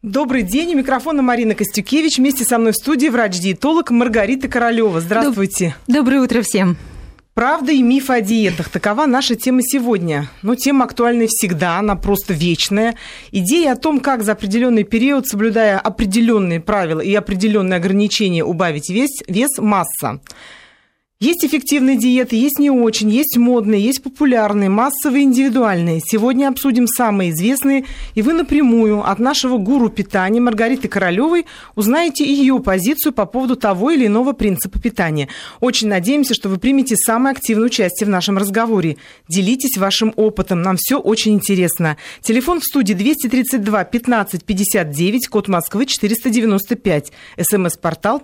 Добрый день. У микрофона Марина Костюкевич. Вместе со мной в студии врач-диетолог Маргарита Королева. Здравствуйте. Доброе утро всем. Правда и миф о диетах. Такова наша тема сегодня. Но тема актуальна всегда, она просто вечная. Идея о том, как за определенный период, соблюдая определенные правила и определенные ограничения, убавить вес масса. Есть эффективные диеты, есть не очень, есть модные, есть популярные, массовые, индивидуальные. Сегодня обсудим самые известные, и вы напрямую от нашего гуру питания Маргариты Королевой узнаете ее позицию по поводу того или иного принципа питания. Очень надеемся, что вы примете самое активное участие в нашем разговоре. Делитесь вашим опытом, нам все очень интересно. Телефон в студии 232 15 59, код Москвы 495. СМС-портал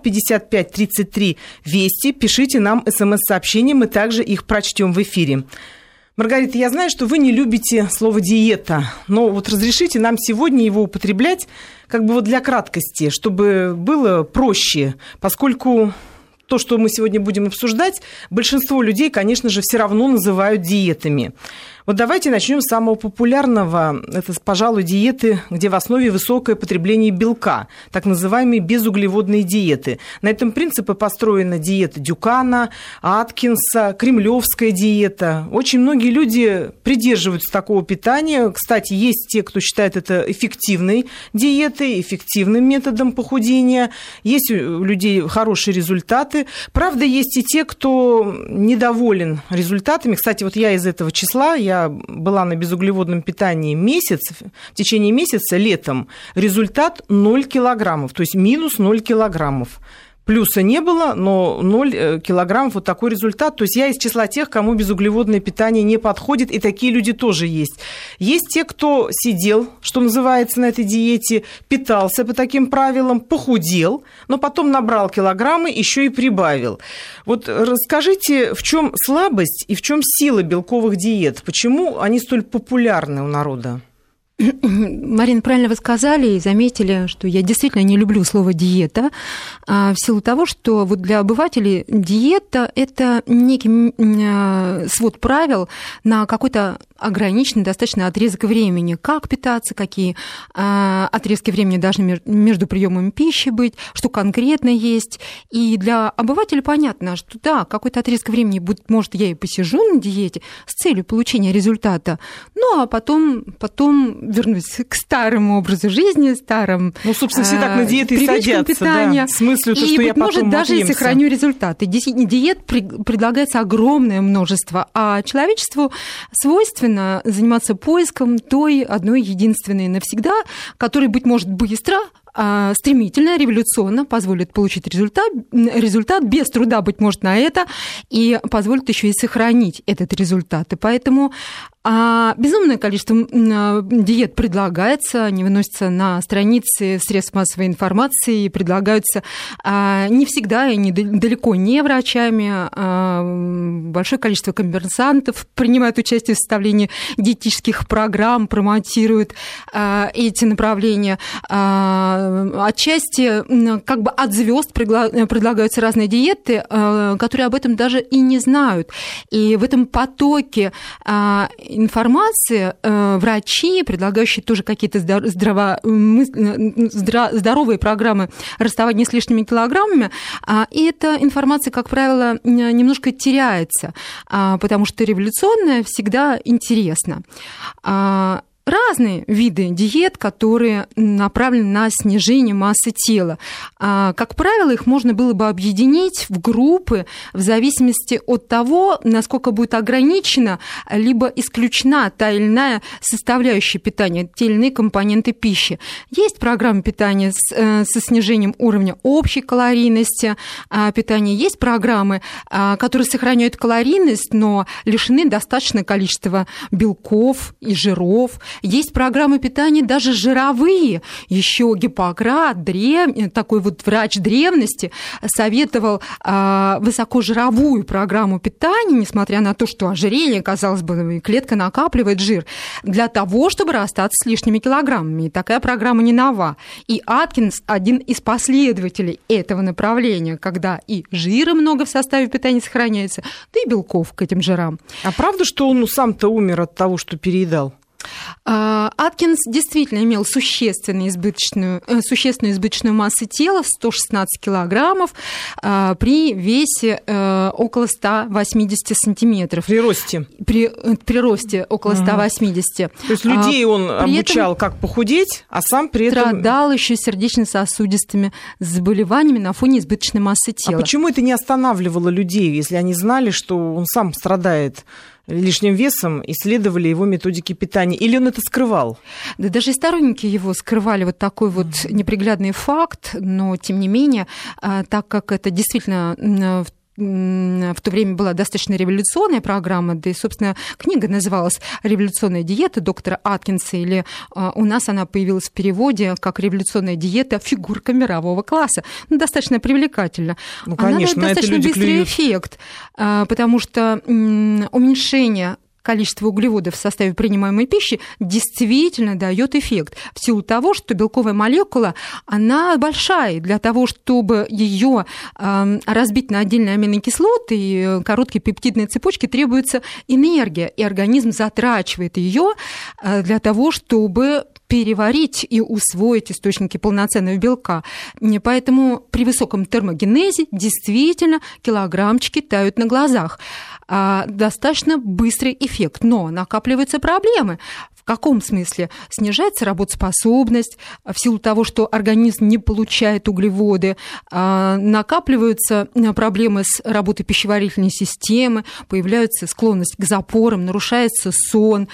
5533 Вести. Пишите нам СМС-сообщения, мы также их прочтем в эфире. Маргарита, я знаю, что вы не любите слово «диета», но вот разрешите нам сегодня его употреблять как бы вот для краткости, чтобы было проще, поскольку то, что мы сегодня будем обсуждать, большинство людей, конечно же, все равно называют диетами. Вот давайте начнем с самого популярного. Это, пожалуй, диеты, где в основе высокое потребление белка, так называемые безуглеводные диеты. На этом принципе построена диета Дюкана, Аткинса, кремлевская диета. Очень многие люди придерживаются такого питания. Кстати, есть те, кто считает это эффективной диетой, эффективным методом похудения. Есть у людей хорошие результаты. Правда, есть и те, кто недоволен результатами. Кстати, вот я из этого числа, я была на безуглеводном питании в течение месяца, летом. Результат 0 килограммов, то есть минус 0 килограммов. Плюса не было, но 0 килограммов, вот такой результат. То есть я из числа тех, кому безуглеводное питание не подходит, и такие люди тоже есть. Есть те, кто сидел, что называется, на этой диете, питался по таким правилам, похудел, но потом набрал килограммы, еще и прибавил. Вот расскажите, в чем слабость и в чем сила белковых диет? Почему они столь популярны у народа? Марина, правильно вы сказали и заметили, что я действительно не люблю слово «диета», в силу того, что вот для обывателей диета – это некий свод правил на какой-то ограниченный достаточно отрезок времени. Как питаться, какие отрезки времени должны между приемами пищи быть, что конкретно есть. И для обывателя понятно, что да, какой-то отрезок времени, может, я и посижу на диете с целью получения результата, ну, а потом вернусь к старому образу жизни, старым собственно, все так на диеты и садятся, питания. Да. В смысле, что я потом может, даже и сохраню результаты. Диет предлагается огромное множество, а человечеству свойственно заниматься поиском той одной единственной навсегда, которая, быть может, быстро, стремительно, революционно позволит получить результат без труда, быть может, на это, и позволит еще и сохранить этот результат. И поэтому безумное количество диет предлагается, они выносятся на страницы средств массовой информации и предлагаются не всегда и далеко не врачами. Большое количество коммерсантов принимают участие в составлении диетических программ, промотируют эти направления. Отчасти как бы от звезд предлагаются разные диеты, которые об этом даже и не знают. И в этом потоке информации врачи, предлагающие тоже какие-то здоровые программы расставания с лишними килограммами, и эта информация, как правило, немножко теряется, потому что революционная всегда интересна. Разные виды диет, которые направлены на снижение массы тела. Как правило, их можно было бы объединить в группы в зависимости от того, насколько будет ограничена либо исключена та или иная составляющая питания, те или иные компоненты пищи. Есть программы питания со снижением уровня общей калорийности питания, есть программы, которые сохраняют калорийность, но лишены достаточного количества белков и жиров. Есть программы питания даже жировые. Еще Гиппократ, такой вот врач древности, советовал высокожировую программу питания, несмотря на то, что ожирение, казалось бы, клетка накапливает жир, для того, чтобы расстаться с лишними килограммами. И такая программа не нова. И Аткинс один из последователей этого направления, когда и жира много в составе питания сохраняется, да и белков к этим жирам. А правда, что он сам-то умер от того, что переедал? Аткинс действительно имел существенную избыточную массу тела в 116 килограммов при весе около 180 сантиметров. При росте? При росте около 180. То есть людей он обучал, как похудеть, а сам при этом... Страдал еще сердечно-сосудистыми заболеваниями на фоне избыточной массы тела. А почему это не останавливало людей, если они знали, что он сам страдает лишним весом, исследовали его методики питания? Или он это скрывал? Да даже и сторонники его скрывали вот такой вот неприглядный факт, но тем не менее, так как это действительно в то время была достаточно революционная программа, да и, собственно, книга называлась «Революционная диета» доктора Аткинса, или у нас она появилась в переводе как «Революционная диета. Фигурка мирового класса». Ну, достаточно привлекательно. Ну, конечно, она дает достаточно быстрый эффект, потому что уменьшение количество углеводов в составе принимаемой пищи действительно дает эффект в силу того, что белковая молекула, она большая. Для того, чтобы ее разбить на отдельные аминокислоты и короткие пептидные цепочки, требуется энергия, и организм затрачивает ее для того, чтобы переварить и усвоить источники полноценного белка. Поэтому при высоком термогенезе действительно килограммчики тают на глазах. Достаточно быстрый эффект, но накапливаются проблемы. В каком смысле? Снижается работоспособность в силу того, что организм не получает углеводы, накапливаются проблемы с работой пищеварительной системы, появляется склонность к запорам, нарушается сон.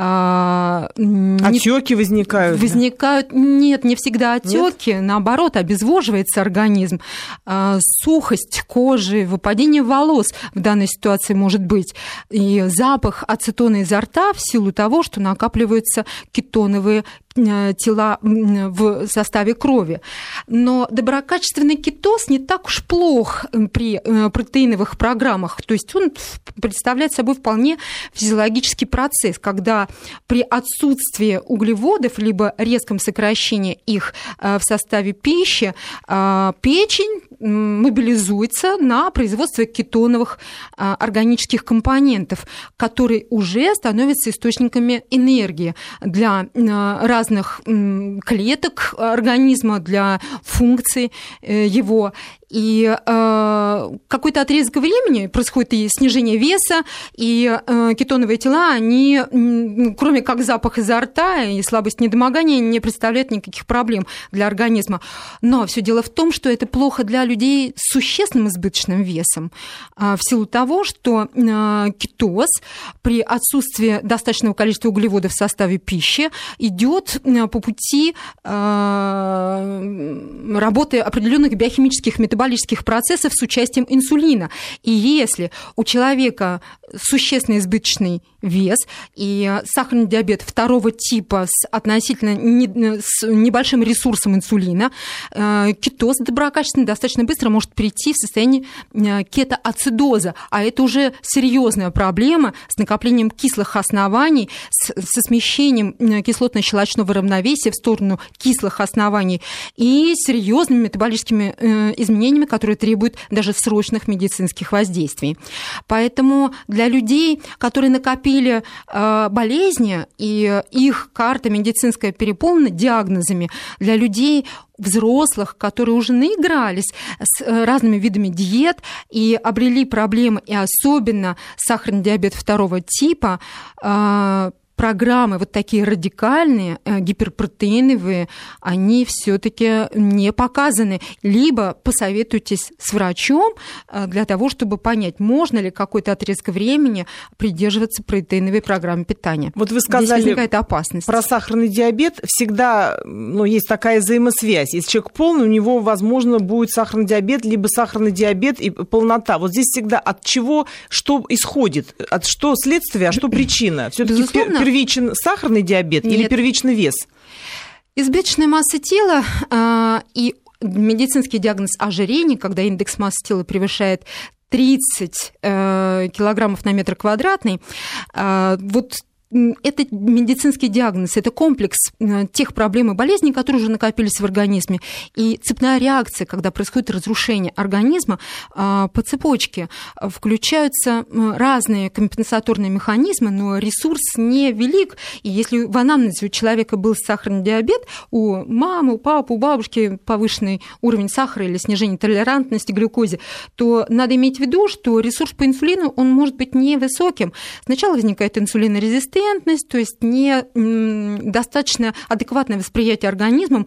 Отеки возникают? Возникают, нет, не всегда отеки, наоборот, обезвоживается организм. Сухость кожи, выпадение волос в данной ситуации может быть. И запах ацетона изо рта в силу того, что накапливаются кетоновые тела в составе крови. Но доброкачественный кетоз не так уж плох при протеиновых программах. То есть он представляет собой вполне физиологический процесс, когда при отсутствии углеводов либо резком сокращении их в составе пищи печень мобилизуется на производство кетоновых органических компонентов, которые уже становятся источниками энергии для разных клеток организма, для функций его. И какой-то отрезок времени происходит и снижение веса, и кетоновые тела, они, кроме как запах изо рта и слабость недомогания, не представляют никаких проблем для организма. Но все дело в том, что это плохо для людей с существенным избыточным весом, в силу того, что кетоз при отсутствии достаточного количества углеводов в составе пищи идет по пути работы определенных биохимических метаболизмов, метаболических процессов с участием инсулина. И если у человека существенно избыточный вес и сахарный диабет второго типа с относительно с небольшим ресурсом инсулина, кетоз доброкачественный достаточно быстро может перейти в состояние кетоацидоза, а это уже серьезная проблема с накоплением кислых оснований, со смещением кислотно-щелочного равновесия в сторону кислых оснований и серьезными метаболическими изменениями, которые требуют даже срочных медицинских воздействий. Поэтому для людей, которые накопили болезни, и их карта медицинская переполнена диагнозами, для людей взрослых, которые уже наигрались с разными видами диет и обрели проблемы, и особенно сахарный диабет второго типа, программы вот такие радикальные, гиперпротеиновые, они все-таки не показаны. Либо посоветуйтесь с врачом для того, чтобы понять, можно ли какой-то отрезок времени придерживаться протеиновой программы питания. Вот вы сказали, здесь возникает опасность. Про сахарный диабет. Всегда есть такая взаимосвязь. Если человек полный, у него, возможно, будет сахарный диабет, либо сахарный диабет и полнота. Вот здесь всегда от чего, что исходит, от что следствие, а что причина? Все-таки первичен сахарный диабет или первичный вес? Избыточная масса тела и медицинский диагноз ожирения, когда индекс массы тела превышает 30 килограммов на метр квадратный, вот это медицинский диагноз, это комплекс тех проблем и болезней, которые уже накопились в организме. И цепная реакция, когда происходит разрушение организма, по цепочке включаются разные компенсаторные механизмы, но ресурс невелик. И если в анамнезе у человека был сахарный диабет, у мамы, у папы, у бабушки повышенный уровень сахара или снижение толерантности к глюкозе, то надо иметь в виду, что ресурс по инсулину, он может быть невысоким. Сначала возникает инсулинорезистентность, то есть недостаточно адекватное восприятие организмом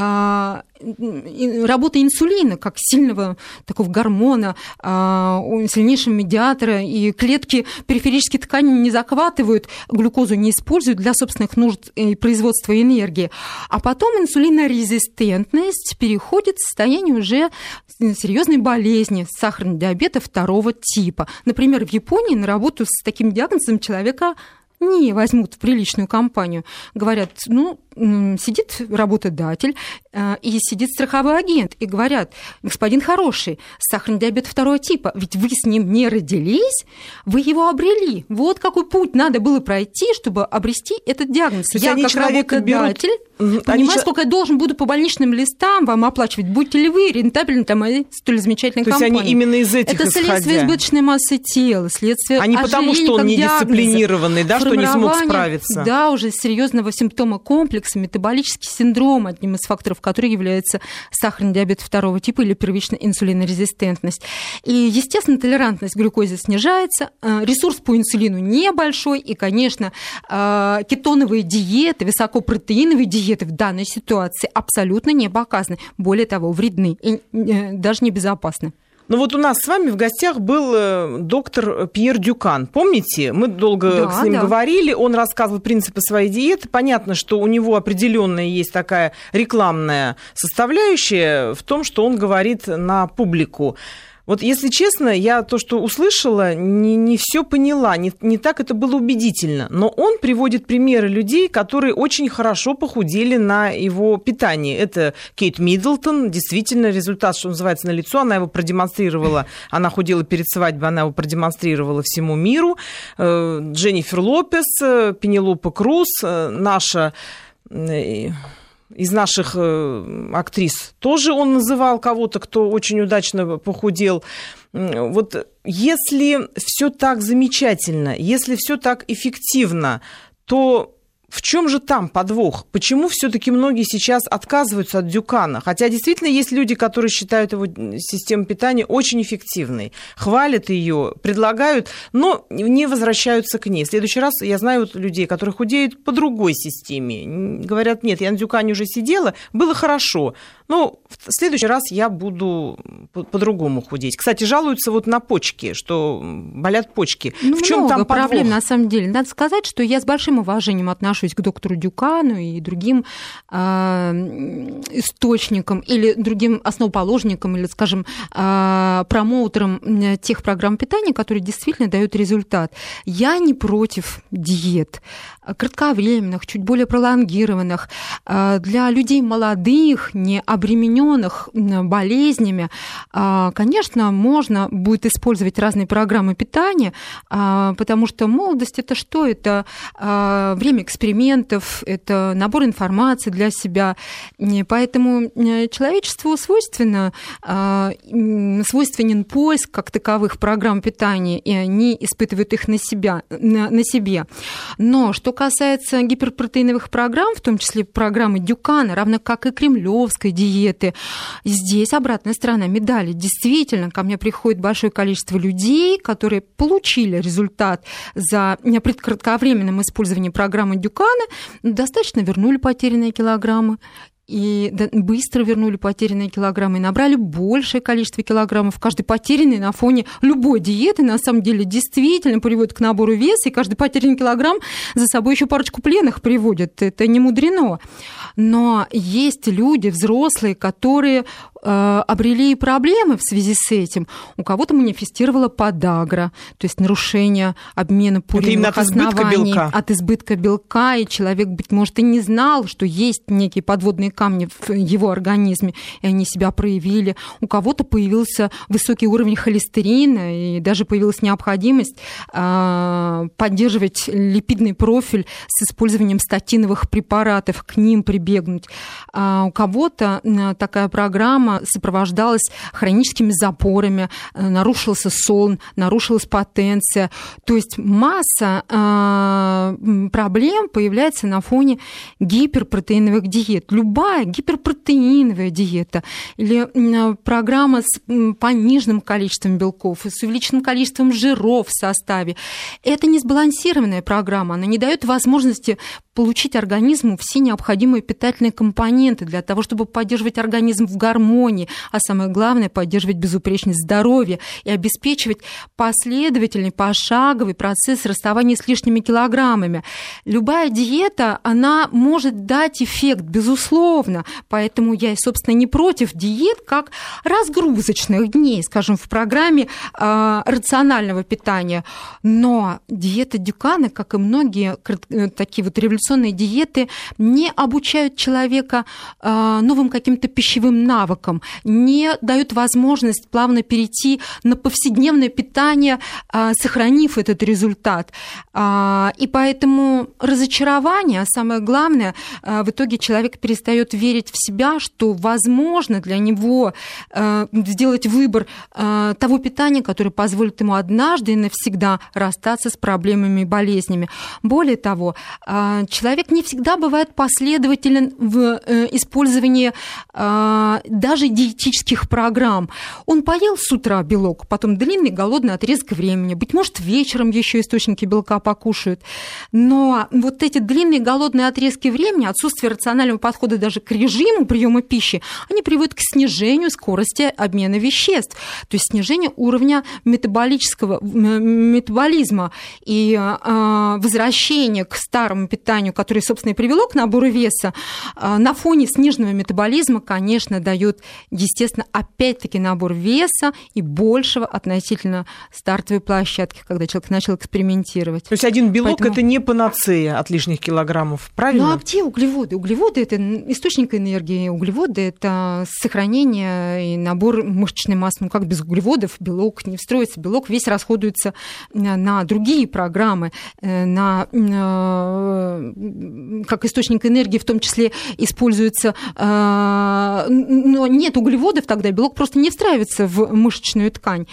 работы инсулина как сильного такого гормона, сильнейшего медиатора, и клетки периферической ткани не захватывают, глюкозу не используют для собственных нужд и производства энергии. А потом инсулинорезистентность переходит в состояние уже серьезной болезни, сахарного диабета 2 типа. Например, в Японии на работу с таким диагнозом человека не возьмут в приличную компанию. Говорят, сидит работодатель и сидит страховой агент, и говорят: господин хороший, сахарный диабет 2 типа, ведь вы с ним не родились, вы его обрели. Вот какой путь надо было пройти, чтобы обрести этот диагноз. Я как работодатель понимаю, сколько я должен буду по больничным листам вам оплачивать. Будете ли вы рентабельны столь замечательной компании? То есть они именно из этих это следствие избыточной массы тела, следствие а не потому, что он недисциплинированный, да, что не смог справиться. Да, уже серьезного симптома комплекса, метаболический синдром, одним из факторов, который является сахарный диабет 2 типа или первичная инсулинорезистентность. И, естественно, толерантность к глюкозе снижается, ресурс по инсулину небольшой, и, конечно, кетоновые диеты, высокопротеиновые диеты в данной ситуации абсолютно не показаны. Более того, вредны и даже небезопасны. Ну вот у нас с вами в гостях был доктор Пьер Дюкан. Помните? Мы долго с ним говорили, он рассказывал принципы своей диеты. Понятно, что у него определенная есть такая рекламная составляющая в том, что он говорит на публику. Вот, если честно, я то, что услышала, не все поняла, не так это было убедительно. Но он приводит примеры людей, которые очень хорошо похудели на его питании. Это Кейт Миддлтон, действительно, результат, что называется, налицо. Она его продемонстрировала, она худела перед свадьбой, она его продемонстрировала всему миру. Дженнифер Лопес, Пенелопа Круз, наша... Из наших актрис тоже он называл кого-то, кто очень удачно похудел. Вот если все так замечательно, если все так эффективно, то в чем же там подвох? Почему все-таки многие сейчас отказываются от Дюкана? Хотя действительно есть люди, которые считают его систему питания очень эффективной, хвалят ее, предлагают, но не возвращаются к ней. В следующий раз я знаю людей, которые худеют по другой системе. Говорят: нет, я на Дюкане уже сидела, было хорошо. Но в следующий раз я буду по-другому худеть. Кстати, жалуются вот на почки, что болят почки. В чем там подвох? Проблем, на самом деле. Надо сказать, что я с большим уважением отношусь к доктору Дюкану и другим источникам или другим основоположникам, или, скажем, промоутерам тех программ питания, которые действительно дают результат. Я не против диет кратковременных, чуть более пролонгированных. Для людей молодых, не обремененных болезнями, конечно, можно будет использовать разные программы питания, потому что молодость – это что? Это время экспериментов, это набор информации для себя. Поэтому человечеству свойственен поиск как таковых программ питания, и они испытывают их на себе. Но что касается гиперпротеиновых программ, в том числе программы Дюкана, равно как и кремлевской диеты, здесь обратная сторона медали. Действительно, ко мне приходит большое количество людей, которые получили результат за предкратковременным использованием программы Дюкана, достаточно вернули потерянные килограммы. И быстро вернули потерянные килограммы и набрали большее количество килограммов. Каждый потерянный на фоне любой диеты на самом деле действительно приводит к набору веса, и каждый потерянный килограмм за собой еще парочку пленных приводит. Это не мудрено. Но есть люди, взрослые, которые обрели проблемы в связи с этим. У кого-то манифестировала подагра, то есть нарушение обмена пуриновых оснований от избытка белка, и человек, быть может, и не знал, что есть некие подводные камни в его организме, и они себя проявили. У кого-то появился высокий уровень холестерина, и даже появилась необходимость поддерживать липидный профиль с использованием статиновых препаратов, к ним прибегнуть. У кого-то такая программа сопровождалась хроническими запорами, нарушился сон, нарушилась потенция. То есть масса проблем появляется на фоне гиперпротеиновых диет. Любая гиперпротеиновая диета или программа с пониженным количеством белков и с увеличенным количеством жиров в составе – это не сбалансированная программа, она не дает возможности получить организму все необходимые питательные компоненты для того, чтобы поддерживать организм в гармонии, а самое главное – поддерживать безупречность здоровья и обеспечивать последовательный, пошаговый процесс расставания с лишними килограммами. Любая диета, она может дать эффект, безусловно, поэтому я, собственно, не против диет как разгрузочных дней, скажем, в программе рационального питания. Но диета Дюкана, как и многие такие вот революционные диеты, не обучают человека новым каким-то пищевым навыкам, не дают возможность плавно перейти на повседневное питание, сохранив этот результат. И поэтому разочарование, а самое главное, в итоге человек перестает верить в себя, что возможно для него сделать выбор того питания, которое позволит ему однажды и навсегда расстаться с проблемами и болезнями. Более того, человек не всегда бывает последователен в использовании даже диетических программ. Он поел с утра белок, потом длинный голодный отрезок времени, быть может, вечером еще источники белка покушают. Но вот эти длинные голодные отрезки времени, отсутствие рационального подхода даже к режиму приема пищи, они приводят к снижению скорости обмена веществ, то есть снижению уровня метаболизма и возвращение к старому питанию, которое, собственно, и привело к набору веса, на фоне сниженного метаболизма, конечно, дает, естественно, опять-таки набор веса и большего относительно стартовой площадки, когда человек начал экспериментировать. То есть один белок – это не панацея от лишних килограммов, правильно? Ну а где углеводы? Углеводы – это источник энергии, углеводы – это сохранение и набор мышечной массы. Ну как без углеводов белок не встроится? Белок весь расходуется на другие программы, как источник энергии, в том числе используется, но нет углеводов, тогда белок просто не встраивается в мышечную ткань.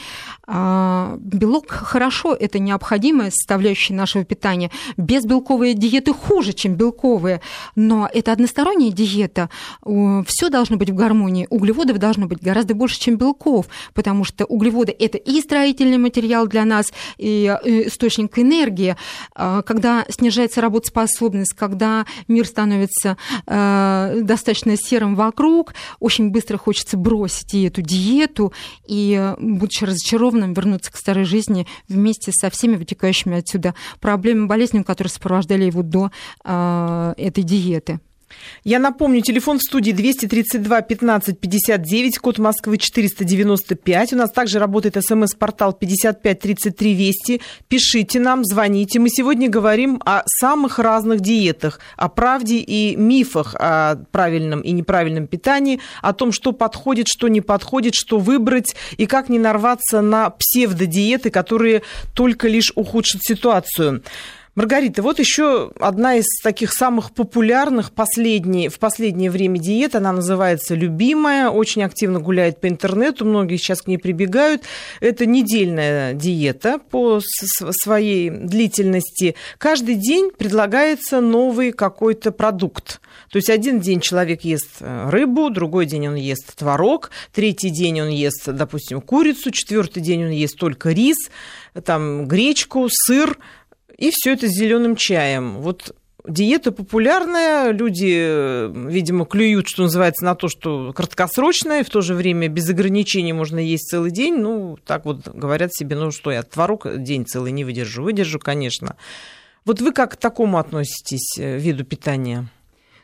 Белок хорошо, это необходимая составляющая нашего питания. Безбелковые диеты хуже, чем белковые, но это односторонняя диета. Все должно быть в гармонии. Углеводов должно быть гораздо больше, чем белков, потому что углеводы – это и строительный материал для нас, и источник энергии. Когда снижается работоспособность, когда мир становится достаточно серым вокруг, очень быстро хочется бросить и эту диету, и, будучи разочарованным, вернуться к старой жизни вместе со всеми вытекающими отсюда проблемами, болезнями, которые сопровождали его до этой диеты. Я напомню, телефон в студии 232 15 59, код Москвы 495. У нас также работает СМС-портал 55 33 Вести. Пишите нам, звоните. Мы сегодня говорим о самых разных диетах, о правде и мифах, о правильном и неправильном питании, о том, что подходит, что не подходит, что выбрать и как не нарваться на псевдодиеты, которые только лишь ухудшат ситуацию. Маргарита, вот еще одна из таких самых популярных в последнее время диет, она называется «Любимая», очень активно гуляет по интернету, многие сейчас к ней прибегают. Это недельная диета по своей длительности. Каждый день предлагается новый какой-то продукт. То есть один день человек ест рыбу, другой день он ест творог, третий день он ест, допустим, курицу, четвертый день он ест только рис, там, гречку, сыр. И все это с зеленым чаем. Вот диета популярная, люди, видимо, клюют, что называется, на то, что краткосрочная, в то же время без ограничений можно есть целый день. Ну, так вот говорят себе, ну что, я творог день целый не выдержу. Выдержу, конечно. Вот вы как к такому относитесь виду питания?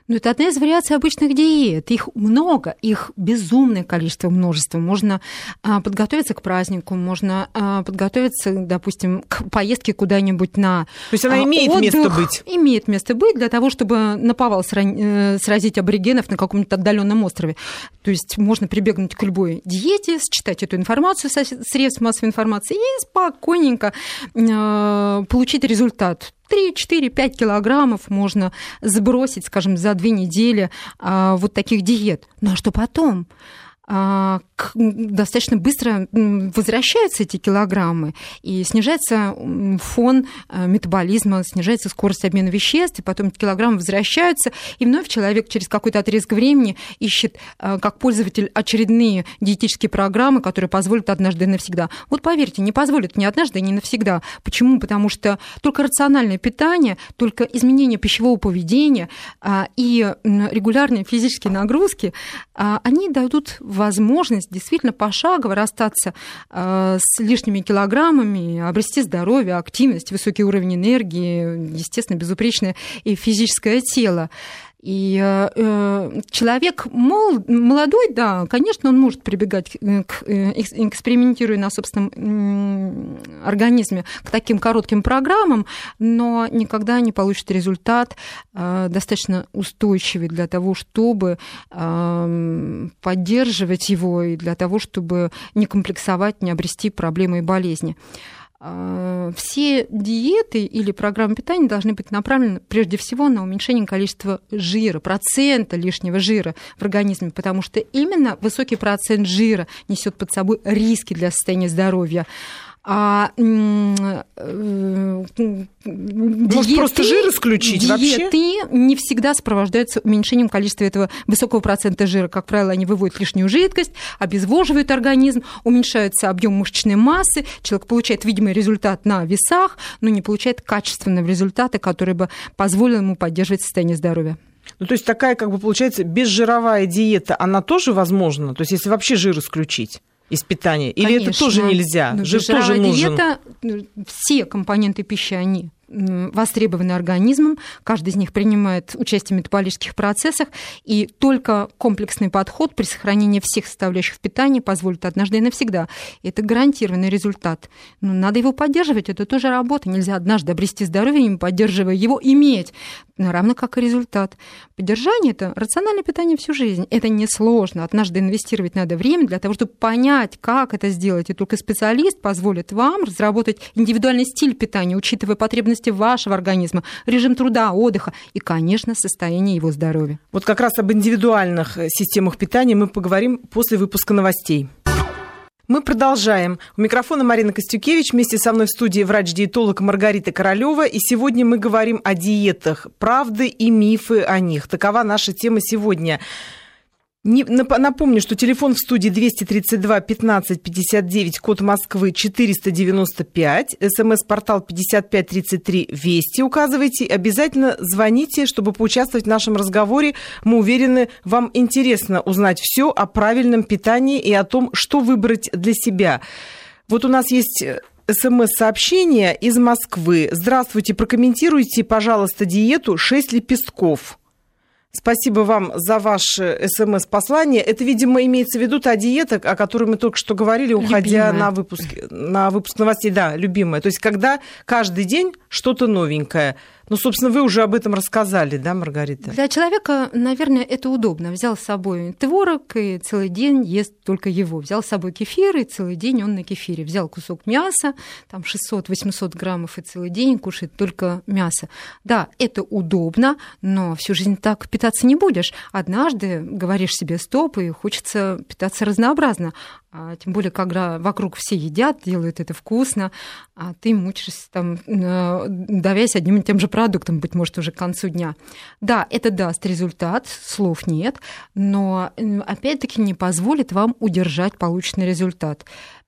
Ну, это одна из вариаций обычных диет. Их много, их безумное количество, множество. Можно подготовиться к празднику, можно подготовиться, допустим, к поездке куда-нибудь на То есть она имеет отдых. место быть? Имеет место быть для того, чтобы наповал сразить аборигенов на каком-нибудь отдаленном острове. То есть можно прибегнуть к любой диете, считать эту информацию со средств массовой информации и спокойненько получить результат. 3, 4, 5 килограммов можно сбросить, скажем, за 2 недели вот таких диет. Ну а что потом? Достаточно быстро возвращаются эти килограммы, и снижается фон метаболизма, снижается скорость обмена веществ, и потом эти килограммы возвращаются, и вновь человек через какой-то отрезок времени ищет, как пользователь, очередные диетические программы, которые позволят однажды и навсегда. Вот поверьте, не позволят ни однажды, ни навсегда. Почему? Потому что только рациональное питание, только изменение пищевого поведения и регулярные физические нагрузки, они дадут возможность действительно пошагово расстаться с лишними килограммами, обрести здоровье, активность, высокий уровень энергии, естественно, безупречное и физическое тело. И человек молодой, да, конечно, он может прибегать, экспериментируя на собственном организме, к таким коротким программам, но никогда не получит результат достаточно устойчивый для того, чтобы поддерживать его и для того, чтобы не комплексовать, не обрести проблемы и болезни. Все диеты или программы питания должны быть направлены прежде всего на уменьшение количества жира, процента лишнего жира в организме, потому что именно высокий процент жира несет под собой риски для состояния здоровья. Может, просто жир исключить вообще? Диеты не всегда сопровождаются уменьшением количества этого высокого процента жира. Как правило, они выводят лишнюю жидкость, обезвоживают организм, уменьшается объем мышечной массы, человек получает видимый результат на весах, но не получает качественного результата, который бы позволил ему поддерживать состояние здоровья. Ну, то есть такая, как бы, получается, безжировая диета, она тоже возможна? То есть если вообще жир исключить из питания? Или конечно, это тоже нельзя? Жир тоже нужен? Диета, все компоненты пищи, они востребованы организмом, каждый из них принимает участие в метаболических процессах, и только комплексный подход при сохранении всех составляющих питания позволит однажды и навсегда. Это гарантированный результат. Но надо его поддерживать, это тоже работа. Нельзя однажды обрести здоровье, не поддерживая его, иметь, равно как и результат. Поддержание – это рациональное питание всю жизнь. Это несложно. Однажды инвестировать надо время для того, чтобы понять, как это сделать. И только специалист позволит вам разработать индивидуальный стиль питания, учитывая потребности вашего организма, режим труда, отдыха и, конечно, состояние его здоровья. Вот как раз об индивидуальных системах питания мы поговорим после выпуска новостей. Мы продолжаем. У микрофона Марина Костюкевич. Вместе со мной в студии врач-диетолог Маргарита Королёва. И сегодня мы говорим о диетах. Правды и мифы о них. Такова наша тема сегодня. Напомню, что телефон в студии 232 15 59, код Москвы 495, СМС-портал 5533 Вести указывайте. Обязательно звоните, чтобы поучаствовать в нашем разговоре. Мы уверены, вам интересно узнать все о правильном питании и о том, что выбрать для себя. Вот у нас есть СМС-сообщение из Москвы. Здравствуйте, прокомментируйте, пожалуйста, диету 6 лепестков. Спасибо вам за ваше СМС-послание. Это, видимо, имеется в виду та диета, о которой мы только что говорили, уходя на выпуск новостей. Да, любимая. То есть, когда каждый день что-то новенькое. Ну, собственно, вы уже об этом рассказали, да, Маргарита? Для человека, наверное, это удобно. Взял с собой творог и целый день ест только его. Взял с собой кефир, и целый день он на кефире. Взял кусок мяса, там 600-800 граммов, и целый день кушает только мясо. Да, это удобно, но всю жизнь так питаться не будешь. Однажды говоришь себе стоп, и хочется питаться разнообразно. Тем более, когда вокруг все едят, делают это вкусно, а ты мучаешься, там, давясь одним и тем же продуктом, быть может, уже к концу дня. Да, это даст результат, слов нет, но, опять-таки, не позволит вам удержать полученный результат.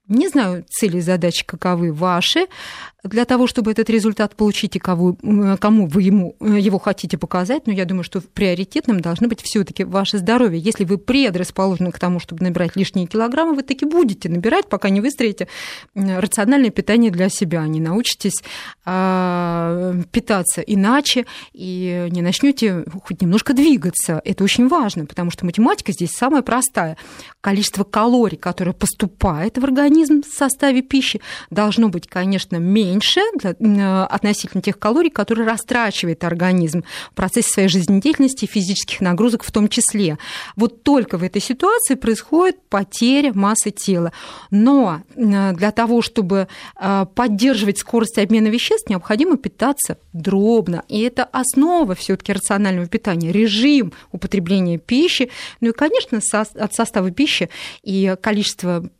Не знаю, цели и задачи каковы ваши, для того, чтобы этот результат получить и кому вы его хотите показать, но я думаю, что приоритетным должно быть все-таки ваше здоровье. Если вы предрасположены к тому, чтобы набирать лишние килограммы, вы таки будете набирать, пока не выстроите рациональное питание для себя, не научитесь питаться иначе и не начнете хоть немножко двигаться. Это очень важно, потому что математика здесь самая простая. Количество калорий, которое поступает в организм в составе пищи, должно быть, конечно, меньше относительно тех калорий, которые растрачивает организм в процессе своей жизнедеятельности и физических нагрузок в том числе. Вот только в этой ситуации происходит потеря массы тела. Но для того, чтобы поддерживать скорость обмена веществ, необходимо питаться дробно. И это основа все-таки рационального питания, режим употребления пищи. Ну и, конечно, от состава пищи и количества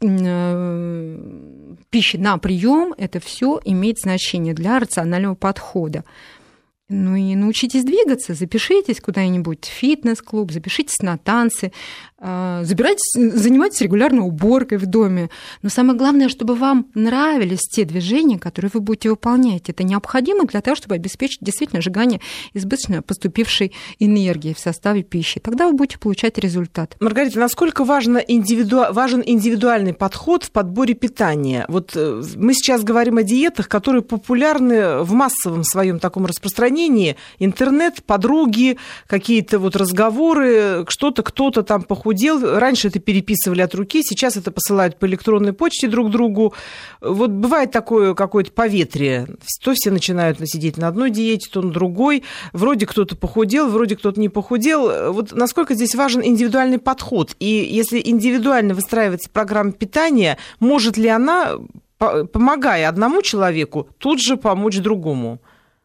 пищи на прием это все имеет значение для рационального подхода. Ну и научитесь двигаться, запишитесь куда-нибудь в фитнес-клуб, запишитесь на танцы, занимайтесь регулярно уборкой в доме. Но самое главное, чтобы вам нравились те движения, которые вы будете выполнять. Это необходимо для того, чтобы обеспечить действительно сжигание избыточно поступившей энергии в составе пищи. Тогда вы будете получать результат. Маргарита, насколько важен индивидуальный подход в подборе питания? Вот мы сейчас говорим о диетах, которые популярны в массовом своем таком распространении. Интернет, подруги, какие-то вот разговоры, кто-то там похудел. Раньше это переписывали от руки, сейчас это посылают по электронной почте друг другу. Вот бывает такое какое-то поветрие. То все начинают сидеть на одной диете, то на другой. Вроде кто-то похудел, вроде кто-то не похудел. Вот насколько здесь важен индивидуальный подход? И если индивидуально выстраивается программа питания, может ли она, помогая одному человеку, тут же помочь другому?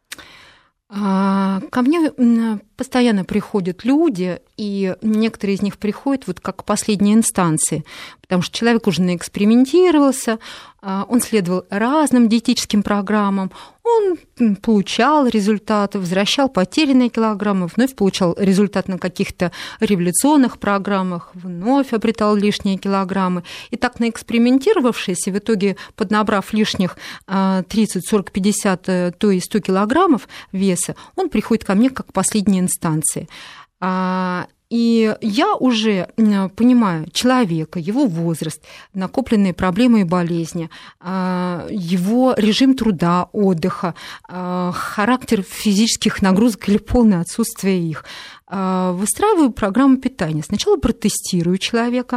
Ко мне постоянно приходят люди, и некоторые из них приходят вот как последние инстанции, потому что человек уже наэкспериментировался, он следовал разным диетическим программам, он получал результаты, возвращал потерянные килограммы, вновь получал результат на каких-то революционных программах, вновь обретал лишние килограммы. И так наэкспериментировавшись, и в итоге поднабрав лишних 30, 40, 50, то и 100 килограммов веса, он приходит ко мне как последняя инстанция. И я уже понимаю человека, его возраст, накопленные проблемы и болезни, его режим труда, отдыха, характер физических нагрузок или полное отсутствие их. Выстраиваю программу питания. Сначала протестирую человека,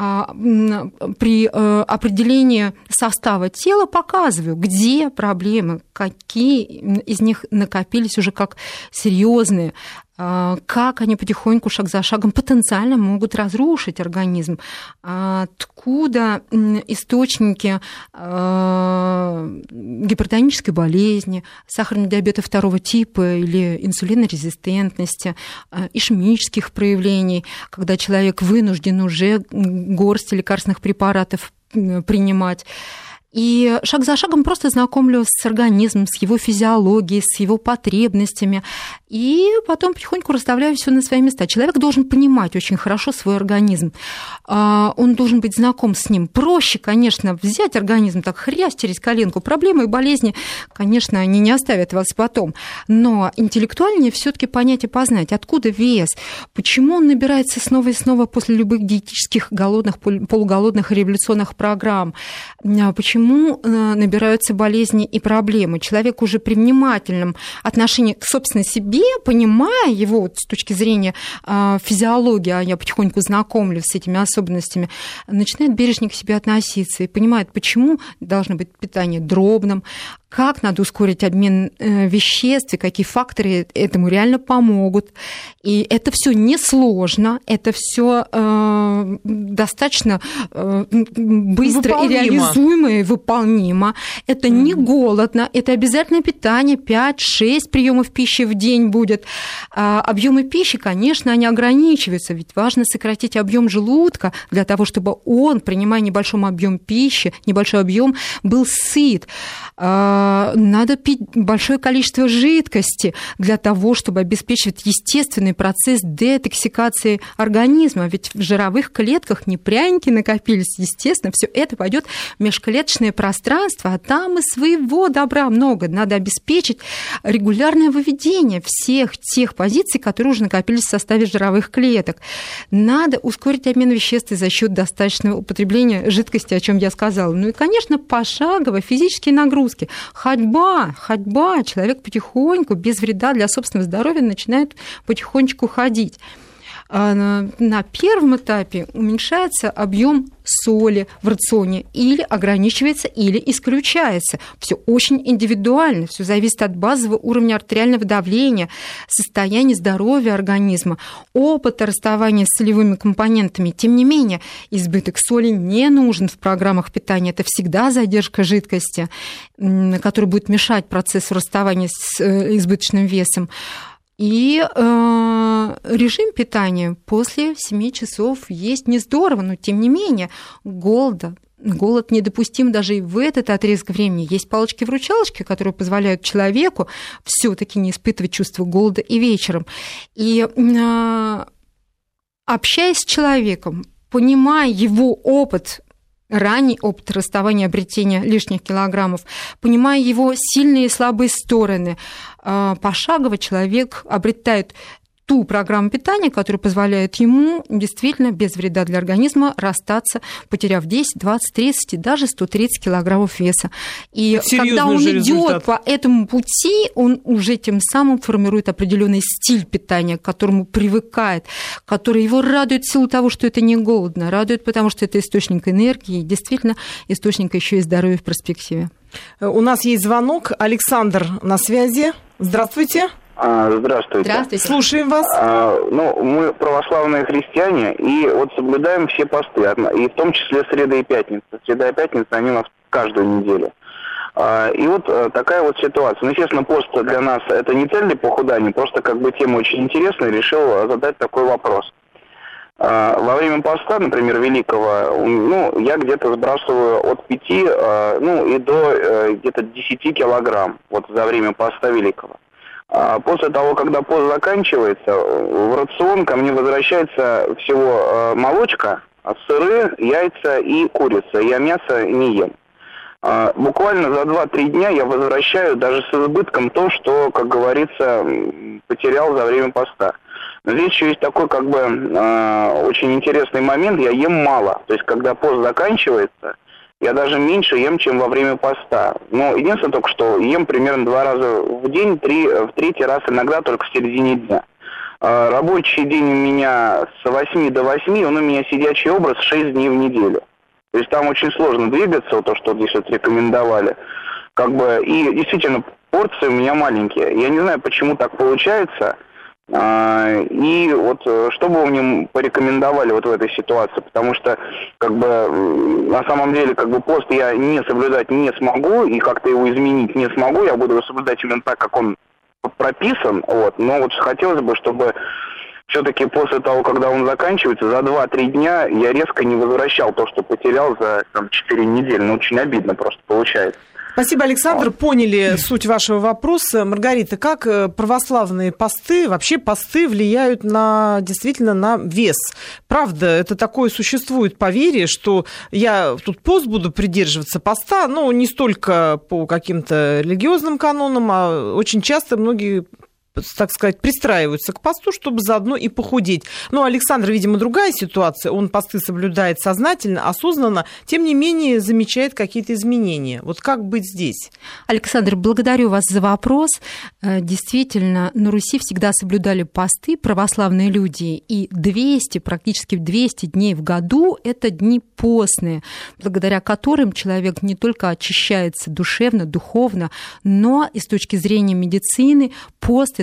при определении состава тела показываю, где проблемы, какие из них накопились уже как серьезные, как они потихоньку, шаг за шагом, потенциально могут разрушить организм, откуда источники гипертонической болезни, сахарного диабета второго типа или инсулинорезистентности, ишемических проявлений, когда человек вынужден уже горсть лекарственных препаратов принимать. И шаг за шагом просто знакомлю с организмом, с его физиологией, с его потребностями. И потом потихоньку расставляю все на свои места. Человек должен понимать очень хорошо свой организм. Он должен быть знаком с ним. Проще, конечно, взять организм так хрясь через коленку. Проблемы и болезни, конечно, они не оставят вас потом. Но интеллектуальнее все-таки понять и познать, откуда вес, почему он набирается снова и снова после любых диетических голодных, полуголодных революционных программ, почему набираются болезни и проблемы. Человек уже при внимательном отношении к собственной себе, понимая его вот с точки зрения физиологии, а я потихоньку знакомлюсь с этими особенностями, начинает бережнее к себе относиться и понимает, почему должно быть питание дробным, как надо ускорить обмен веществ и какие факторы этому реально помогут. И это все несложно, это все достаточно быстро и реализуемо, и выполнимо. Это не голодно, это обязательное питание, 5-6 приемов пищи в день будет. Объемы пищи, конечно, они ограничиваются, ведь важно сократить объем желудка для того, чтобы он, принимая небольшой объем пищи, небольшой объем, был сыт. Надо пить большое количество жидкости для того, чтобы обеспечивать естественный процесс детоксикации организма. Ведь в жировых клетках не пряники накопились, естественно, все это пойдет в межклеточное пространство, а там и своего добра много. Надо обеспечить регулярное выведение всех тех позиций, которые уже накопились в составе жировых клеток. Надо ускорить обмен веществ за счет достаточного употребления жидкости, о чем я сказала. Ну и, конечно, пошагово физические нагрузки. Ходьба. Человек потихоньку, без вреда для собственного здоровья, начинает потихонечку ходить. На первом этапе уменьшается объем соли в рационе, или ограничивается, или исключается. Все очень индивидуально, все зависит от базового уровня артериального давления, состояния здоровья организма, опыта расставания с солевыми компонентами. Тем не менее, избыток соли не нужен в программах питания. Это всегда задержка жидкости, которая будет мешать процессу расставания с избыточным весом. И режим питания после 7 часов есть не здорово, но тем не менее голод недопустим даже и в этот отрезок времени. Есть палочки-выручалочки, которые позволяют человеку все-таки не испытывать чувство голода и вечером. И общаясь с человеком, понимая его опыт, ранний опыт расставания, обретения лишних килограммов, понимая его сильные и слабые стороны, пошагово человек обретает ту программу питания, которая позволяет ему действительно без вреда для организма расстаться, потеряв 10, 20, 30 и даже 130 килограммов веса. И когда он идет по этому пути, он уже тем самым формирует определенный стиль питания, к которому привыкает, который его радует в силу того, что это не голодно, радует, потому что это источник энергии и действительно источник еще и здоровья в перспективе. У нас есть звонок. Александр на связи. Здравствуйте. Здравствуйте. Здравствуйте. Слушаем вас. Мы православные христиане, и вот соблюдаем все посты, и в том числе среда и пятница. Среда и пятница, они у нас каждую неделю. И вот такая вот ситуация. Ну, естественно, пост для нас это не цель для похудания, просто как бы тема очень интересная, решил задать такой вопрос. Во время поста, например, великого, я где-то сбрасываю от 5, и до где-то 10 килограмм вот за время поста великого. После того, когда пост заканчивается, в рацион ко мне возвращается всего молочка, сыры, яйца и курица. Я мясо не ем. Буквально за 2-3 дня я возвращаю даже с избытком то, что, как говорится, потерял за время поста. Но здесь еще есть такой, очень интересный момент. Я ем мало. То есть, когда пост заканчивается, я даже меньше ем, чем во время поста. Но единственное только, что ем примерно 2 раза в день, в третий раз иногда только в середине дня. Рабочий день у меня с 8 до 8, он у меня сидячий образ 6 дней в неделю. То есть там очень сложно двигаться, вот то, что здесь вот рекомендовали. И действительно, порции у меня маленькие. Я не знаю, почему так получается. И вот что бы вы мне порекомендовали вот в этой ситуации, потому что на самом деле пост я не соблюдать не смогу и как-то его изменить не смогу, я буду его соблюдать именно так, как он прописан, но вот хотелось бы, чтобы все-таки после того, когда он заканчивается, за 2-3 дня я резко не возвращал то, что потерял за 4 недели, очень обидно просто получается. Спасибо, Александр. Поняли суть вашего вопроса. Маргарита, как православные посты, вообще посты влияют действительно на вес? Правда, это такое существует поверье, что я тут пост буду придерживаться поста, не столько по каким-то религиозным канонам, а очень часто многие, так сказать, пристраиваются к посту, чтобы заодно и похудеть. Но Александр, видимо, другая ситуация. Он посты соблюдает сознательно, осознанно, тем не менее замечает какие-то изменения. Вот как быть здесь? Александр, благодарю вас за вопрос. Действительно, на Руси всегда соблюдали посты православные люди, и практически 200 дней в году – это дни постные, благодаря которым человек не только очищается душевно, духовно, но и с точки зрения медицины пост –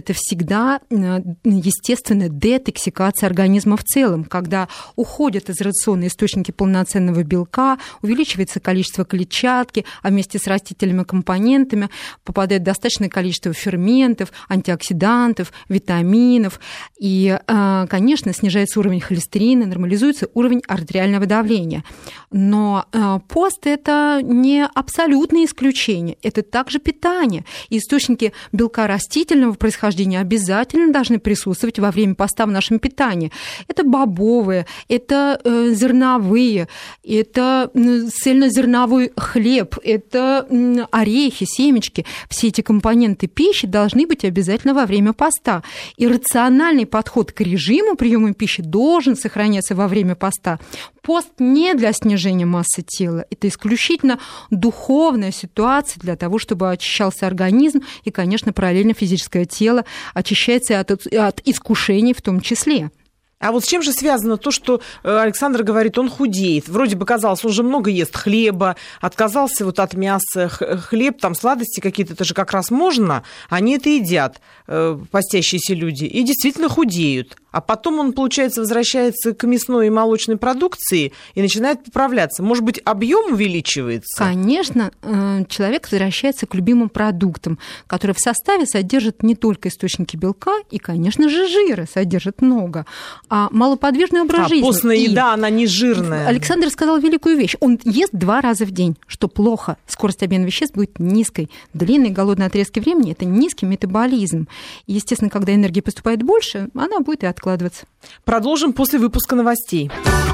это всегда естественная детоксикация организма в целом, когда уходят из рациона источники полноценного белка, увеличивается количество клетчатки, а вместе с растительными компонентами попадает достаточное количество ферментов, антиоксидантов, витаминов. И, конечно, снижается уровень холестерина, нормализуется уровень артериального давления. Но пост – это не абсолютное исключение, это также питание. И источники белка растительного происхождения обязательно должны присутствовать во время поста в нашем питании. Это бобовые, это зерновые, это цельнозерновой хлеб, это орехи, семечки. Все эти компоненты пищи должны быть обязательно во время поста. И рациональный подход к режиму приема пищи должен сохраняться во время поста. Пост не для снижения массы тела, это исключительно духовная ситуация для того, чтобы очищался организм, и, конечно, параллельно физическое тело очищается от искушений в том числе. А вот с чем же связано то, что Александр говорит, он худеет? Вроде бы казалось, он же много ест хлеба, отказался вот от мяса, хлеб, там сладости какие-то, это же как раз можно, они это едят, постящиеся люди, и действительно худеют. А потом он, получается, возвращается к мясной и молочной продукции и начинает поправляться. Может быть, объем увеличивается? Конечно, человек возвращается к любимым продуктам, которые в составе содержат не только источники белка и, конечно же, жира содержат много, а малоподвижный образ жизни. Постная еда, она не жирная. Александр сказал великую вещь. Он ест 2 раза в день, что плохо. Скорость обмена веществ будет низкой. Длинные голодные отрезки времени – это низкий метаболизм. И, естественно, когда энергии поступает больше, она будет и откладываться. Продолжим после выпуска новостей.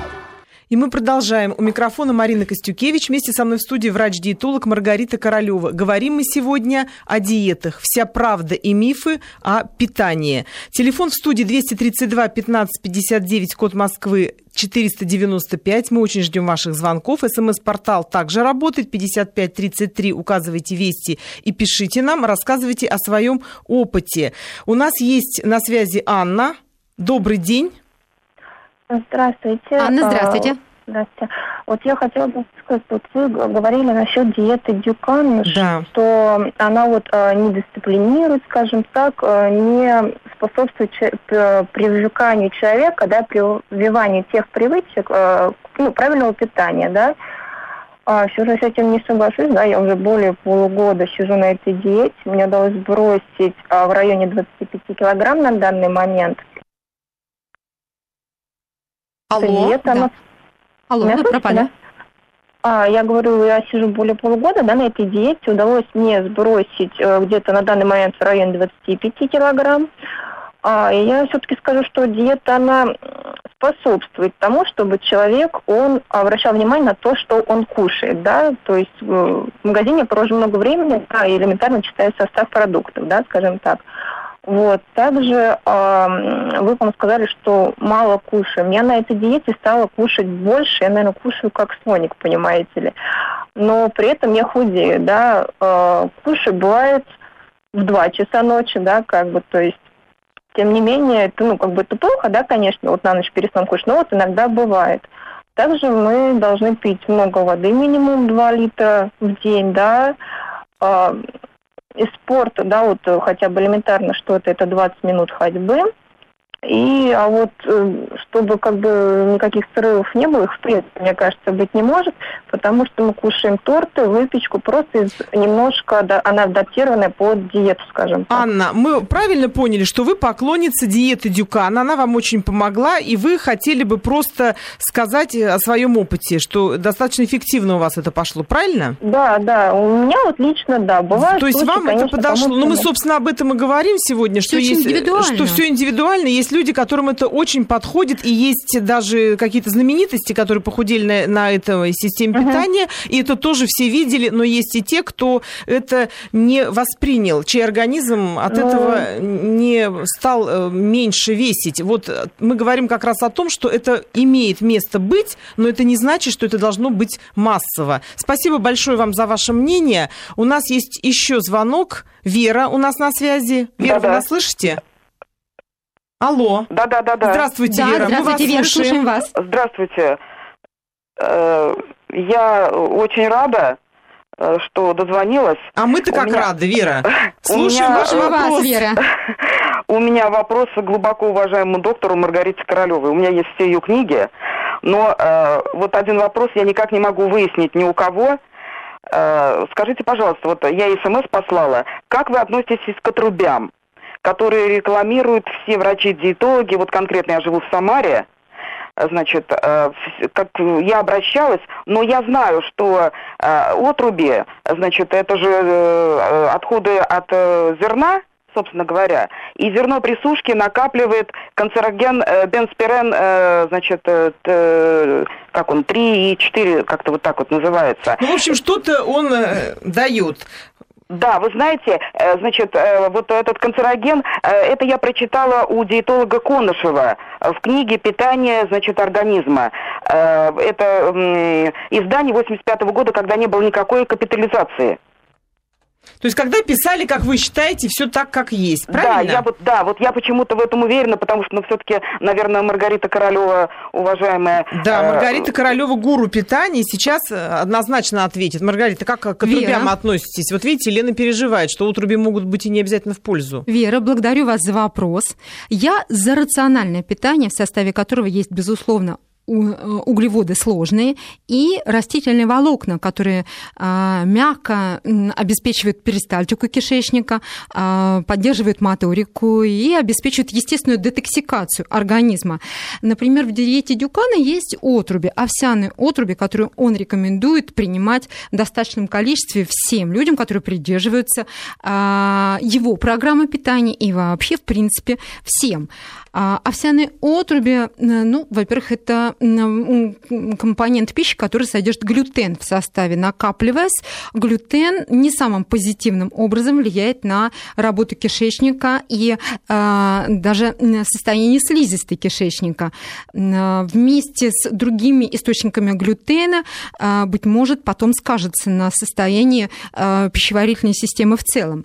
И мы продолжаем. У микрофона Марина Костюкевич. Вместе со мной в студии врач-диетолог Маргарита Королева. Говорим мы сегодня о диетах. Вся правда и мифы о питании. Телефон в студии 232 15 59, код Москвы 495. Мы очень ждем ваших звонков. СМС-портал также работает. 5533. Указывайте вести и пишите нам. Рассказывайте о своем опыте. У нас есть на связи Анна. Добрый день. Здравствуйте. Анна, здравствуйте. Здравствуйте. Вот я хотела бы сказать, вот вы говорили насчет диеты Дюкана, да, что она вот не дисциплинирует, скажем так, не способствует привлеканию человека, да, прививанию тех привычек, правильного питания, да. Все же с этим не соглашусь, да, я уже более полугода сижу на этой диете, мне удалось сбросить в районе 25 килограмм на данный момент. Алло, диета, да. Алло, вы пропали. Да? Я говорю, я сижу более полугода, да, на этой диете. Удалось мне сбросить где-то на данный момент в районе 25 килограмм. И я все-таки скажу, что диета, она способствует тому, чтобы человек, он обращал внимание на то, что он кушает, да. То есть в магазине я провожу много времени, да, и элементарно читаю состав продуктов, да, скажем так. Вот. Также вы, по-моему, сказали, что мало кушаем. Я на этой диете стала кушать больше. Я, наверное, кушаю как слоник, понимаете ли. Но при этом я худею, да. Кушаю, бывает, в 2 часа ночи, да, как бы, то есть, тем не менее, это, это плохо, да, конечно, вот на ночь перед сном кушать, но вот иногда бывает. Также мы должны пить много воды, минимум 2 литра в день, да. Из спорта, да, вот хотя бы элементарно что-то, это 20 минут ходьбы. И, чтобы никаких срывов не было, их в принципе, мне кажется, быть не может, потому что мы кушаем торты, выпечку, просто немножко, да, она адаптированная под диету, скажем так. Анна, мы правильно поняли, что вы поклонница диеты Дюкана, она вам очень помогла, и вы хотели бы просто сказать о своем опыте, что достаточно эффективно у вас это пошло, правильно? Да, у меня вот лично, да, бывает. То есть случаи, вам конечно, это подошло? Ну, мы, собственно, об этом и говорим сегодня, что все индивидуально, есть люди, которым это очень подходит, и есть даже какие-то знаменитости, которые похудели на этой системе питания, и это тоже все видели, но есть и те, кто это не воспринял, чей организм от этого не стал меньше весить. Вот мы говорим как раз о том, что это имеет место быть, но это не значит, что это должно быть массово. Спасибо большое вам за ваше мнение. У нас есть еще звонок. Вера у нас на связи. Вера, вы нас слышите? Алло. Да. Здравствуйте, Вера. Здравствуйте, Вера, слушаем вас. Здравствуйте. Я очень рада, что дозвонилась. А мы-то как рады, Вера. Слушаем ваш вопрос. Вера. У меня вопрос к глубоко уважаемому доктору Маргарите Королевой. У меня есть все ее книги, но вот один вопрос я никак не могу выяснить ни у кого. Скажите, пожалуйста, вот я СМС послала. Как вы относитесь к отрубям, которые рекламируют все врачи-диетологи? Вот конкретно я живу в Самаре. Значит, как я обращалась, но я знаю, что отруби, значит, это же отходы от зерна, собственно говоря, и зерно при сушке накапливает канцероген бенспирен, значит, как он, 3 и 4, как-то вот так вот называется. Ну, в общем, что-то он дает. Да, вы знаете, значит, вот этот канцероген, это я прочитала у диетолога Конышева в книге «Питание, значит, организма». Это издание 85-го года, когда не было никакой капитализации. То есть, когда писали, как вы считаете, все так, как есть, правильно? Да, я почему-то в этом уверена, потому что, все-таки, наверное, Маргарита Королева, уважаемая... Да, Маргарита Королева гуру питания сейчас однозначно ответит. Маргарита, как к отрубям относитесь? Вот видите, Лена переживает, что отруби могут быть и не обязательно в пользу. Вера, благодарю вас за вопрос. Я за рациональное питание, в составе которого есть, безусловно, углеводы сложные и растительные волокна, которые мягко обеспечивают перистальтику кишечника, поддерживают моторику и обеспечивают естественную детоксикацию организма. Например, в диете Дюкана есть отруби, овсяные отруби, которые он рекомендует принимать в достаточном количестве всем людям, которые придерживаются его программы питания и вообще, в принципе, всем. Овсяные отруби, ну, во-первых, это компонент пищи, который содержит глютен в составе. Накапливаясь, глютен не самым позитивным образом влияет на работу кишечника и даже состояние слизистой кишечника. Вместе с другими источниками глютена, быть может, потом скажется на состоянии пищеварительной системы в целом.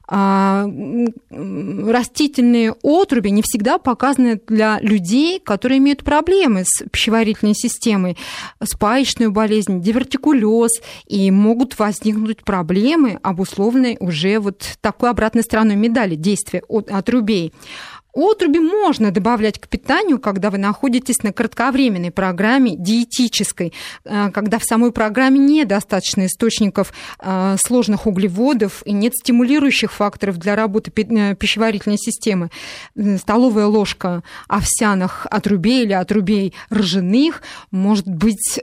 Растительные отруби не всегда показаны для людей, которые имеют проблемы с пищеварительной системой, спаечную болезнь, дивертикулез, и могут возникнуть проблемы, обусловленные уже вот такой обратной стороной медали действия отрубей. Отруби можно добавлять к питанию, когда вы находитесь на кратковременной программе диетической, когда в самой программе недостаточно источников сложных углеводов и нет стимулирующих факторов для работы пищеварительной системы. Столовая ложка овсяных отрубей или отрубей ржаных может быть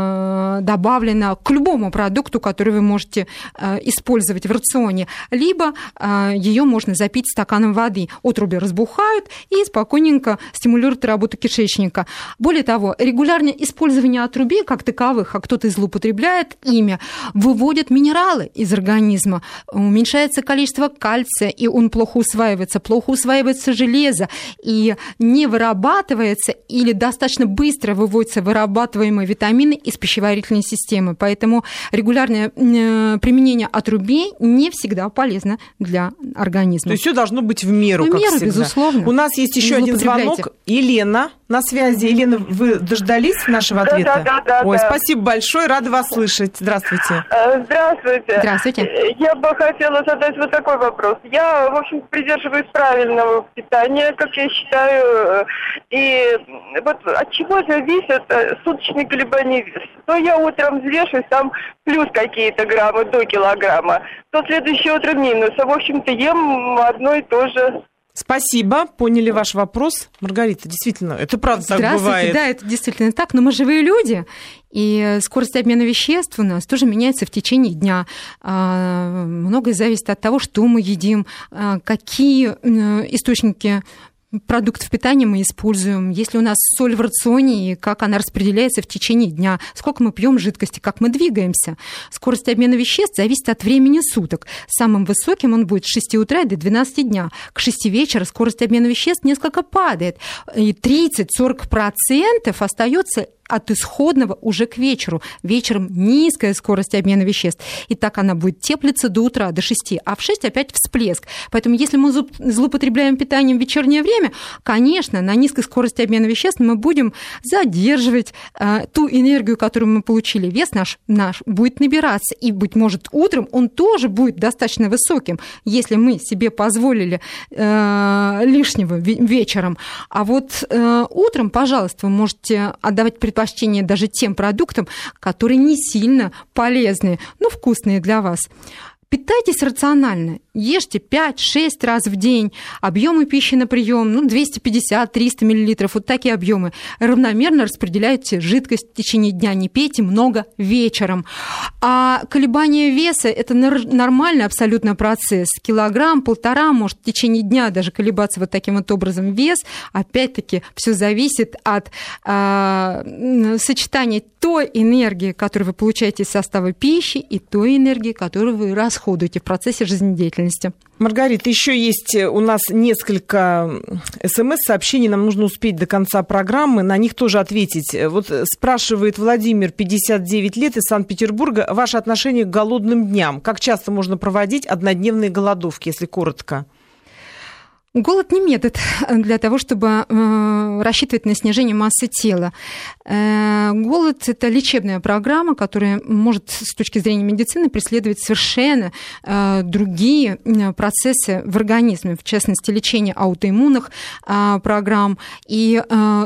добавлена к любому продукту, который вы можете использовать в рационе, либо ее можно запить стаканом воды. Отруби разбухают и спокойненько стимулируют работу кишечника. Более того, регулярное использование отрубей как таковых, а кто-то и злоупотребляет ими, выводит минералы из организма, уменьшается количество кальция, и он плохо усваивается железо, и не вырабатывается или достаточно быстро выводятся вырабатываемые витамины из пищеварительной системы. Поэтому регулярное применение отрубей не всегда полезно для организма. То есть все должно быть в меру, как всегда. Безусловно. У нас есть еще один звонок. Елена на связи. Елена, вы дождались нашего ответа? Да. Ой, спасибо большое, рада вас слышать. Здравствуйте. Здравствуйте. Здравствуйте. Я бы хотела задать вот такой вопрос. Я, в общем, придерживаюсь правильного питания, как я считаю, и вот от чего зависит суточный колебания веса. То я утром взвешиваюсь, там плюс какие-то граммы до килограмма, то следующее утро минус. А, в общем-то, ем одно и то же. Спасибо, поняли ваш вопрос. Маргарита, действительно, это правда так бывает. Да, это действительно так, но мы живые люди, и скорость обмена веществ у нас тоже меняется в течение дня. Многое зависит от того, что мы едим, какие источники продуктов питания мы используем, если у нас соль в рационе, и как она распределяется в течение дня, сколько мы пьем жидкости, как мы двигаемся. Скорость обмена веществ зависит от времени суток. Самым высоким он будет с 6 утра до 12 дня. К 6 вечера скорость обмена веществ несколько падает, и 30-40% остается от исходного уже к вечеру. Вечером низкая скорость обмена веществ. И так она будет теплиться до утра, до 6, а в 6 опять всплеск. Поэтому если мы злоупотребляем питанием в вечернее время, конечно, на низкой скорости обмена веществ мы будем задерживать ту энергию, которую мы получили. Вес наш будет набираться. И, быть может, утром он тоже будет достаточно высоким, если мы себе позволили лишнего вечером. А вот утром, пожалуйста, вы можете отдавать предпочтение даже тем продуктам, которые не сильно полезные, но вкусные для вас. Питайтесь рационально, ешьте 5-6 раз в день, объемы пищи на прием 250-300 мл, вот такие объемы. Равномерно распределяйте жидкость в течение дня, не пейте много вечером. А колебания веса – это нормальный абсолютно процесс. Килограмм-полтора может в течение дня даже колебаться вот таким вот образом вес. Опять-таки, все зависит от сочетания той энергии, которую вы получаете из состава пищи, и той энергии, которую вы расходуете в процессе жизнедеятельности. Маргарита, еще есть у нас несколько СМС-сообщений, нам нужно успеть до конца программы, на них тоже ответить. Вот спрашивает Владимир, 59 лет, из Санкт-Петербурга, ваше отношение к голодным дням. Как часто можно проводить однодневные голодовки, если коротко? Голод не метод для того, чтобы рассчитывать на снижение массы тела. Голод – это лечебная программа, которая может с точки зрения медицины преследовать совершенно другие процессы в организме, в частности, лечение аутоиммунных программ и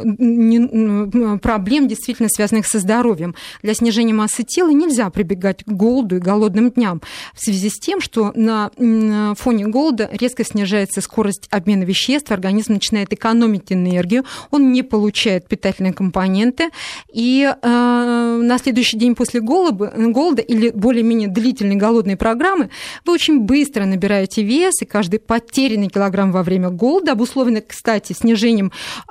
проблем, действительно связанных со здоровьем. Для снижения массы тела нельзя прибегать к голоду и голодным дням в связи с тем, что на фоне голода резко снижается скорость обмена веществ, организм начинает экономить энергию, он не получает питательные компоненты, и на следующий день после голода или более-менее длительной голодной программы вы очень быстро набираете вес, и каждый потерянный килограмм во время голода обусловлен, кстати, снижением,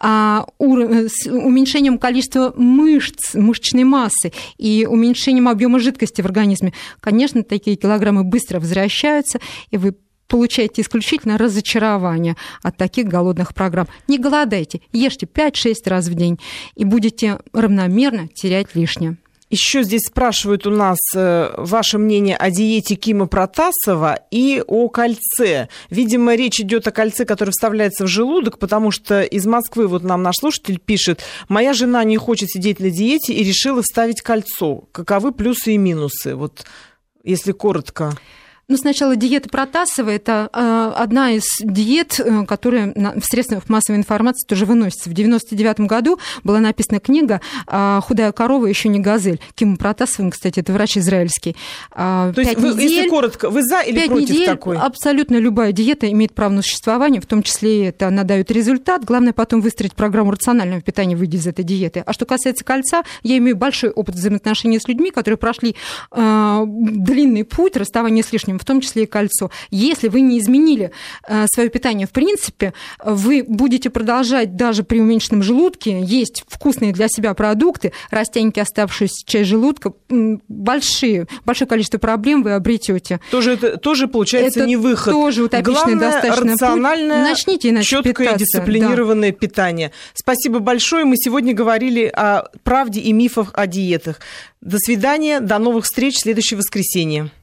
уменьшением количества мышечной массы и уменьшением объема жидкости в организме. Конечно, такие килограммы быстро возвращаются, и вы получаете исключительно разочарование от таких голодных программ. Не голодайте, ешьте 5-6 раз в день и будете равномерно терять лишнее. Еще здесь спрашивают у нас ваше мнение о диете Кима Протасова и о кольце. Видимо, речь идет о кольце, которое вставляется в желудок, потому что из Москвы вот нам наш слушатель пишет: моя жена не хочет сидеть на диете и решила вставить кольцо. Каковы плюсы и минусы? Вот если коротко. Сначала диета Протасова – это одна из диет, которая в средствах массовой информации тоже выносится. В 1999 году была написана книга «Худая корова еще не газель». Кима Протасовым, кстати, это врач израильский. То есть, если коротко, вы за или против недель, такой? Абсолютно любая диета имеет право на существование, в том числе это она дает результат. Главное потом выстроить программу рационального питания, выйдя из этой диеты. А что касается кольца, я имею большой опыт взаимоотношений с людьми, которые прошли длинный путь расставания с лишним, в том числе и кольцо. Если вы не изменили свое питание в принципе, вы будете продолжать даже при уменьшенном желудке есть вкусные для себя продукты, растянете оставшуюся часть желудка, большое количество проблем вы обретете. Тоже получается это не выход. Тоже утопичный достаточно рациональное, начните четкое, дисциплинированное питание. Спасибо большое. Мы сегодня говорили о правде и мифах о диетах. До свидания, до новых встреч в следующее воскресенье.